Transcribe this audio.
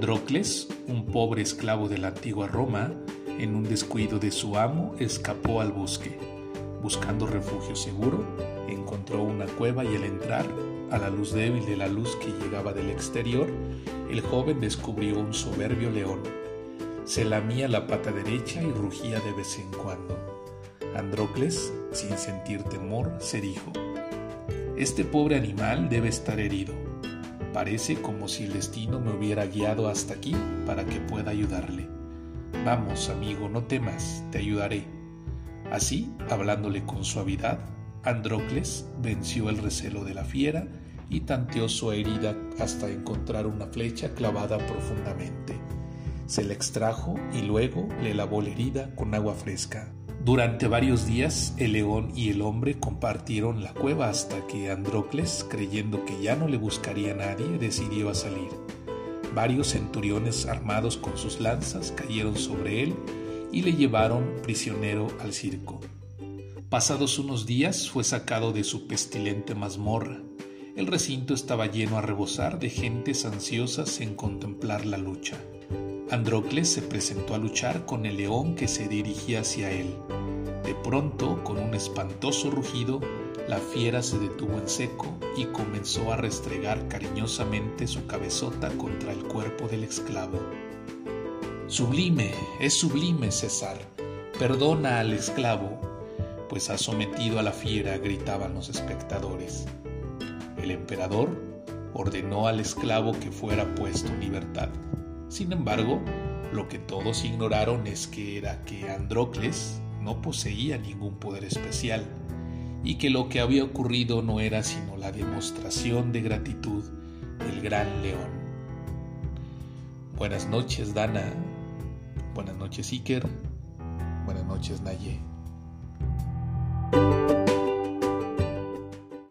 Andrócles, un pobre esclavo de la antigua Roma, en un descuido de su amo, escapó al bosque. Buscando refugio seguro, encontró una cueva y al entrar, a la luz débil de la luz que llegaba del exterior, el joven descubrió un soberbio león. Se lamía la pata derecha y rugía de vez en cuando. Andrócles, sin sentir temor, se dijo: «Este pobre animal debe estar herido. Parece como si el destino me hubiera guiado hasta aquí para que pueda ayudarle. Vamos, amigo, no temas, te ayudaré». Así, hablándole con suavidad, Andrócles venció el recelo de la fiera y tanteó su herida hasta encontrar una flecha clavada profundamente. Se la extrajo y luego le lavó la herida con agua fresca. Durante varios días, el león y el hombre compartieron la cueva hasta que Andrócles, creyendo que ya no le buscaría a nadie, decidió a salir. Varios centuriones armados con sus lanzas cayeron sobre él y le llevaron prisionero al circo. Pasados unos días fue sacado de su pestilente mazmorra. El recinto estaba lleno a rebosar de gentes ansiosas en contemplar la lucha. Andrócles se presentó a luchar con el león que se dirigía hacia él. De pronto, con un espantoso rugido, la fiera se detuvo en seco y comenzó a restregar cariñosamente su cabezota contra el cuerpo del esclavo. «Sublime, es sublime, César. Perdona al esclavo, pues ha sometido a la fiera», gritaban los espectadores. El emperador ordenó al esclavo que fuera puesto en libertad. Sin embargo, lo que todos ignoraron es que Andrócles no poseía ningún poder especial y que lo que había ocurrido no era sino la demostración de gratitud del gran león. Buenas noches, Dana. Buenas noches, Iker. Buenas noches, Naye.